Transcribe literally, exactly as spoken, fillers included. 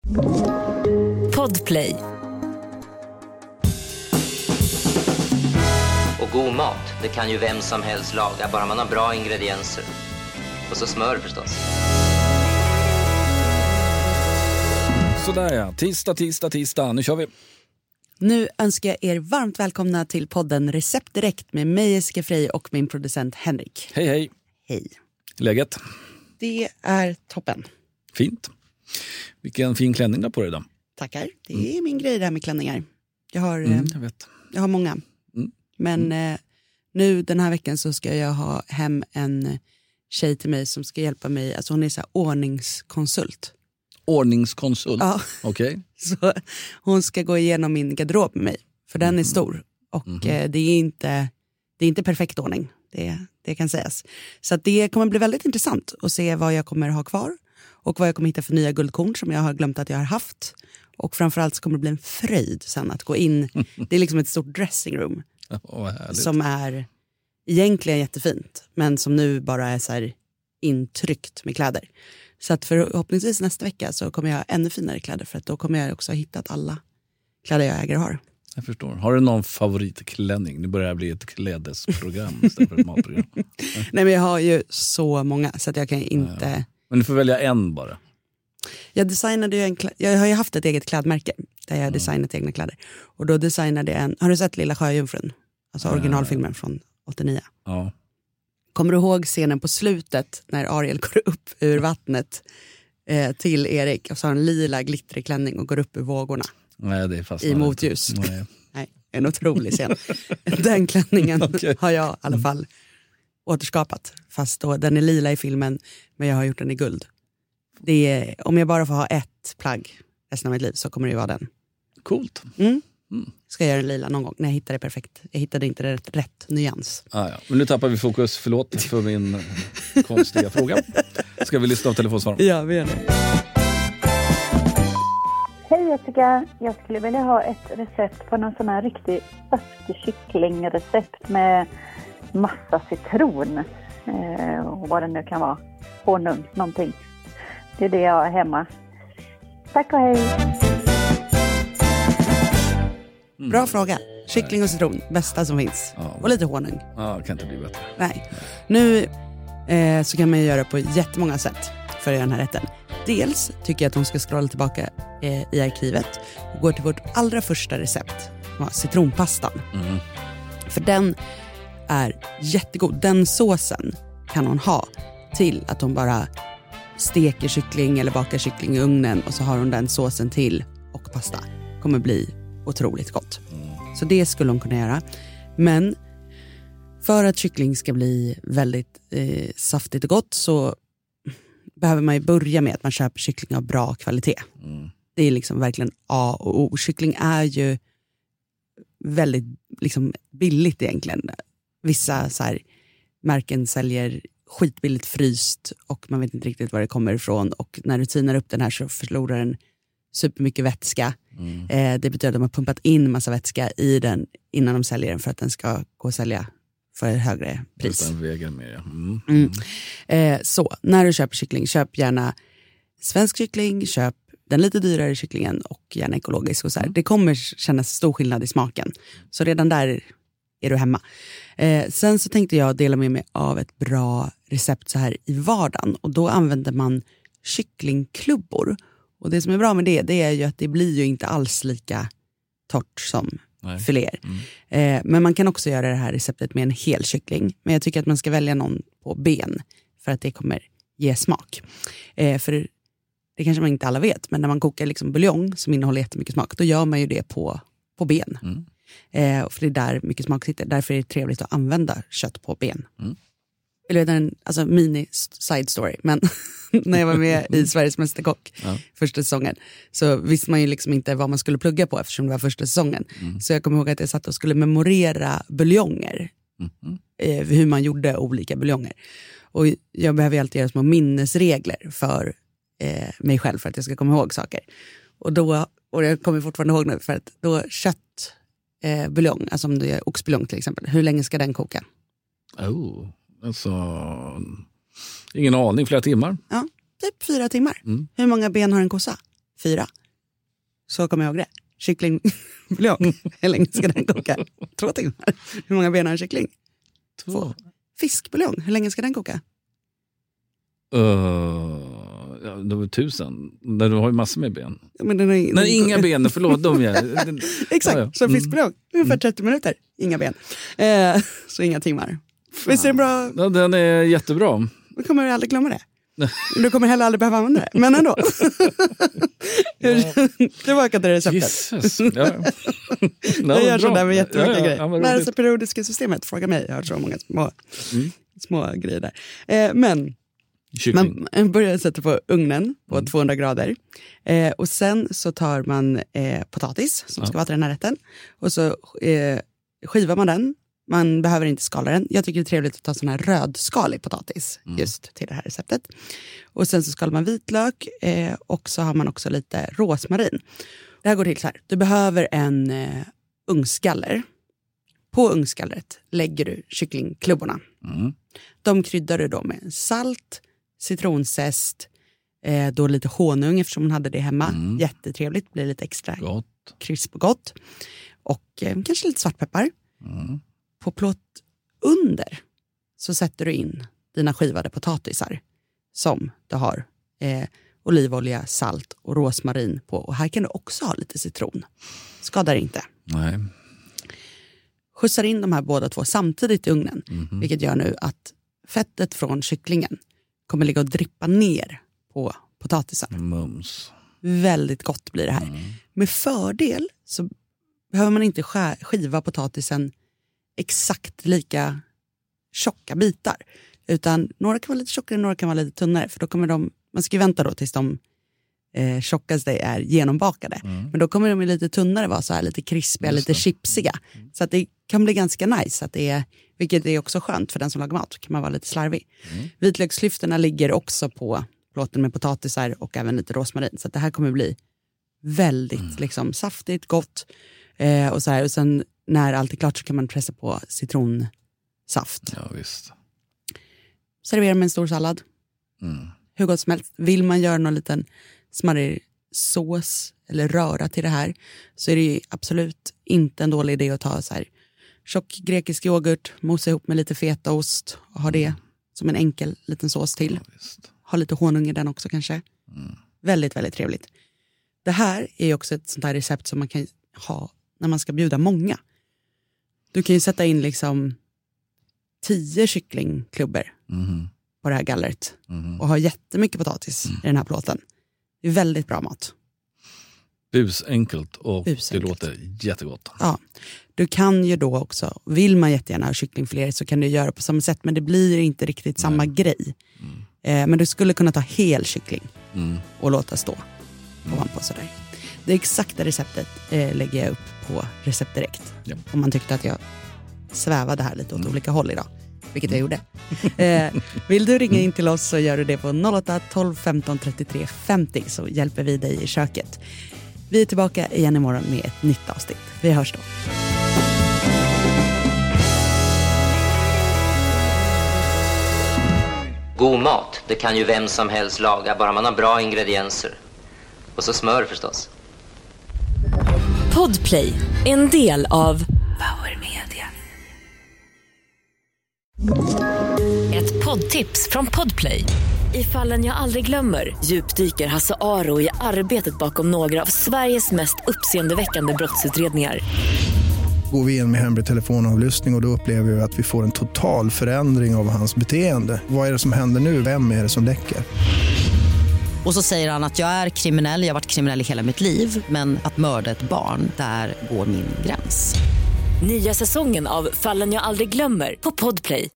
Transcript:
Podplay. Och god mat, det kan ju vem som helst laga, bara man har bra ingredienser. Och så smör förstås. Sådär ja, tisdag, tisdag, tisdag, nu kör vi. Nu önskar jag er varmt välkomna till podden Recept Direkt med mig Jessica Frey och min producent Henrik. Hej hej. Hej. Läget? Det är toppen. Fint. Vilken fin klänning där på dig då. Tackar, det är mm. min grej där med klänningar. Jag har, mm, jag vet. Jag har många. Mm. Men mm. eh, nu den här veckan så ska jag ha hem en tjej till mig som ska hjälpa mig. Alltså hon är så här ordningskonsult. Ordningskonsult? Ja. Okej. Okay. Så hon ska gå igenom min garderob med mig. För den mm. är stor. Och mm. eh, det är inte det är inte perfekt ordning. Det, det kan sägas. Så att det kommer bli väldigt intressant att se vad jag kommer ha kvar. Och vad jag kommer hitta för nya guldkorn som jag har glömt att jag har haft. Och framförallt så kommer det bli en fröjd sen att gå in. Det är liksom ett stort dressingroom. Oh, som är egentligen jättefint. Men som nu bara är så här intryckt med kläder. Så att förhoppningsvis nästa vecka så kommer jag ha ännu finare kläder. För att då kommer jag också ha hittat alla kläder jag äger och har. Jag förstår. Har du någon favoritklänning? Nu börjar det bli ett klädesprogram istället för ett matprogram. Nej, men jag har ju så många så att jag kan inte... Ja, ja. Men du får välja en bara. Jag designade ju en klä... Jag har ju haft ett eget klädmärke där jag har designat mm. egna kläder. Och då designade jag en... Har du sett Lilla Sjöjungfrun? Alltså originalfilmen från åttionio. Ja. Kommer du ihåg scenen på slutet när Ariel går upp ur vattnet eh, till Erik och så har en lila glittrig klänning och går upp ur vågorna? Nej, det är fast i motljus. Nej. Nej, en otrolig scen. Den klänningen okay. har jag i alla fall återskapat. Fast då, den är lila i filmen, men jag har gjort den i guld. Det är, om jag bara får ha ett plagg resten av mitt liv så kommer det ju vara den. Coolt. Mm. Mm. Ska jag göra den lila någon gång när jag hittar det perfekt. Jag hittade inte rätt, rätt nyans. Ah, ja. Men nu tappar vi fokus. Förlåt för min konstiga fråga. Ska vi lyssna på telefonsvaret? Ja, vi gör det. Hej Jessica, jag skulle vilja ha ett recept på någon sån här riktig saftig kycklingrecept med massa citron eh, och vad det nu kan vara. Honung, någonting. Det är det jag har hemma. Tack och hej! Mm. Bra fråga. Kyckling och citron, bästa som finns. Ja. Och lite honung. Ja, kan inte bli bättre. Nej. Nu eh, så kan man ju göra på jättemånga sätt för att göra den här rätten. Dels tycker jag att hon ska scrolla tillbaka eh, i arkivet och gå till vårt allra första recept. Citronpastan. Mm. För den är jättegod. Den såsen kan hon ha till att hon bara steker kyckling eller bakar kyckling i ugnen och så har hon den såsen till och pasta. Kommer bli otroligt gott. Mm. Så det skulle hon kunna göra. Men för att kyckling ska bli väldigt eh, saftigt och gott så behöver man ju börja med att man köper kyckling av bra kvalitet. Mm. Det är liksom verkligen A och O. Kyckling är ju väldigt liksom billigt egentligen. Vissa så här märken säljer skitbilligt fryst och man vet inte riktigt var det kommer ifrån. Och när du tinar upp den här så förlorar den supermycket vätska. Mm. Eh, det betyder att de har pumpat in massa vätska i den innan de säljer den för att den ska gå att sälja för ett högre pris. Den väger mer, ja. Mm. Mm. Eh, så, när du köper kyckling, köp gärna svensk kyckling, köp den lite dyrare kycklingen och gärna ekologisk. Och så här. Mm. Det kommer kännas stor skillnad i smaken. Så redan där är du hemma. Eh, sen så tänkte jag dela med mig av ett bra recept så här i vardagen. Och då använder man kycklingklubbor. Och det som är bra med det, det är ju att det blir ju inte alls lika torrt som Nej. filéer. Mm. Eh, men man kan också göra det här receptet med en hel kyckling. Men jag tycker att man ska välja någon på ben för att det kommer ge smak. Eh, för det kanske man inte alla vet, men när man kokar liksom buljong som innehåller jättemycket smak, då gör man ju det på, på ben. Mm. Eh, för det är där mycket smak sitter. Därför är det trevligt att använda kött på ben. Mm. Eller en alltså mini side story, men när jag var med i Sveriges Mästerkock ja. första säsongen så visste man ju liksom inte vad man skulle plugga på eftersom det var första säsongen. Mm. Så jag kommer ihåg att jag satt och skulle memorera buljonger. Mm. Eh, hur man gjorde olika buljonger. Och jag behöver ju alltid göra små minnesregler för eh, mig själv för att jag ska komma ihåg saker. Och då, och jag kommer fortfarande ihåg nu för att då kött eh, buljong, alltså om det är oxbuljong till exempel, hur länge ska den koka? Oh, alltså ingen aning, flera timmar. Ja, typ fyra timmar. Mm. Hur många ben har en kossa? fyra. Så kommer jag ihåg det. Kycklingbuljong. Hur länge ska den koka? Två timmar. Hur många ben har en kyckling? Två. Två. Fiskbuljong. Hur länge ska den koka? Uh, ja, det var tusen. Där du har ju massor med ben. Ja, men den har, Nej, den, inga ben. Förlåt dem. Ja. Exakt. Ja, ja. Så fiskbuljong. Ungefär Mm. trettio minuter. Inga ben. Eh, så inga timmar. Visst är det bra? Ja, den är jättebra. Du kommer aldrig glömma det. Du kommer heller aldrig behöva använda det. Men ändå. Tillbaka till receptet. Jesus. Ja. Jag gör sådär med jättemycket ja, ja, grejer. ja, Vad är det periodiska systemet? Fråga mig. Jag har så många små, Mm. små grejer där. Eh, men Kyckling. man börjar sätta på ugnen på Mm. tvåhundra grader. Eh, och sen så tar man eh, potatis som Ja. ska vara till den här rätten. Och så eh, skivar man den. Man behöver inte skala den. Jag tycker det är trevligt att ta sån här rödskalig potatis Mm. just till det här receptet. Och sen så skalar man vitlök eh, och så har man också lite rosmarin. Det här går till så här. Du behöver en eh, ugnsgaller. På ugnsgallret lägger du kycklingklubborna. Mm. De kryddar du då med salt, citronzest, eh, då lite honung eftersom hon hade det hemma. Mm. Jättetrevligt, blir lite extra Gott. krisp och gott. Och eh, kanske lite svartpeppar. Mm. På plåt under så sätter du in dina skivade potatisar som du har eh, olivolja, salt och rosmarin på. Och här kan du också ha lite citron. Skadar inte. Nej. Skjutsar in de här båda två samtidigt i ugnen. Mhm. Vilket gör nu att fettet från kycklingen kommer ligga och drippa ner på potatisen. Mums. Väldigt gott blir det här. Mm. Med fördel så behöver man inte skär, skiva potatisen exakt lika tjocka bitar. Utan några kan vara lite tjockare, några kan vara lite tunnare. För då kommer de, man ska ju vänta då tills de eh, tjockaste är genombakade. Mm. Men då kommer de lite tunnare vara så här lite krispiga, Just lite det. chipsiga. Så att det kan bli ganska nice. Att det är, vilket är också skönt för den som lagar mat. Kan man vara lite slarvig. Mm. Vitlöksklyftorna ligger också på plåten med potatisar och även lite rosmarin. Så att det här kommer bli väldigt Mm. liksom, saftigt, gott. Eh, och, så här. Och sen när allt är klart så kan man pressa på citronsaft. Ja, visst. Servera med en stor sallad. Mm. Hur gott som helst. Vill man göra någon liten smarrig sås eller röra till det här så är det ju absolut inte en dålig idé att ta så här tjock grekisk yoghurt, mosa ihop med lite fetaost och ha det som en enkel liten sås till. Ja, visst. Ha lite honung i den också kanske. Mm. Väldigt, väldigt trevligt. Det här är ju också ett sånt här recept som man kan ha när man ska bjuda många. Du kan ju sätta in liksom tio kycklingklubbor Mhm. på det här gallret Mhm. och ha jättemycket potatis Mm. i den här plåten. Det är väldigt bra mat. Busenkelt och Busenkelt. det låter jättegott. Ja. Du kan ju då också, vill man jättegärna ha kycklingfilé så kan du göra på samma sätt men det blir inte riktigt samma grej. Mm. Eh, men du skulle kunna ta hel kyckling Mm. och låta stå ovanpå sådär. Det exakta receptet eh, lägger jag upp på Recept Direkt. Ja. Om man tyckte att jag svävade här lite åt Mm. olika håll idag. Vilket jag gjorde. Eh, vill du ringa in till oss så gör du det på noll åtta tolv femton trettiotre femtio så hjälper vi dig i köket. Vi är tillbaka igen imorgon med ett nytt avsnitt. Vi hörs då. God mat, det kan ju vem som helst laga, bara man har bra ingredienser. Och så smör förstås. Podplay, en del av Power Media. Ett poddtips från Podplay. I Fallen jag aldrig glömmer djupdyker Hasse Aro i arbetet bakom några av Sveriges mest uppseendeväckande brottsutredningar. Går vi in med hemlig telefonavlyssning och, och då upplever vi att vi får en total förändring av hans beteende. Vad är det som händer nu? Vem är det som läcker? Och så säger han att jag är kriminell, jag har varit kriminell i hela mitt liv. Men att mörda ett barn, där går min gräns. Nya säsongen av Fallen jag aldrig glömmer på Podplay.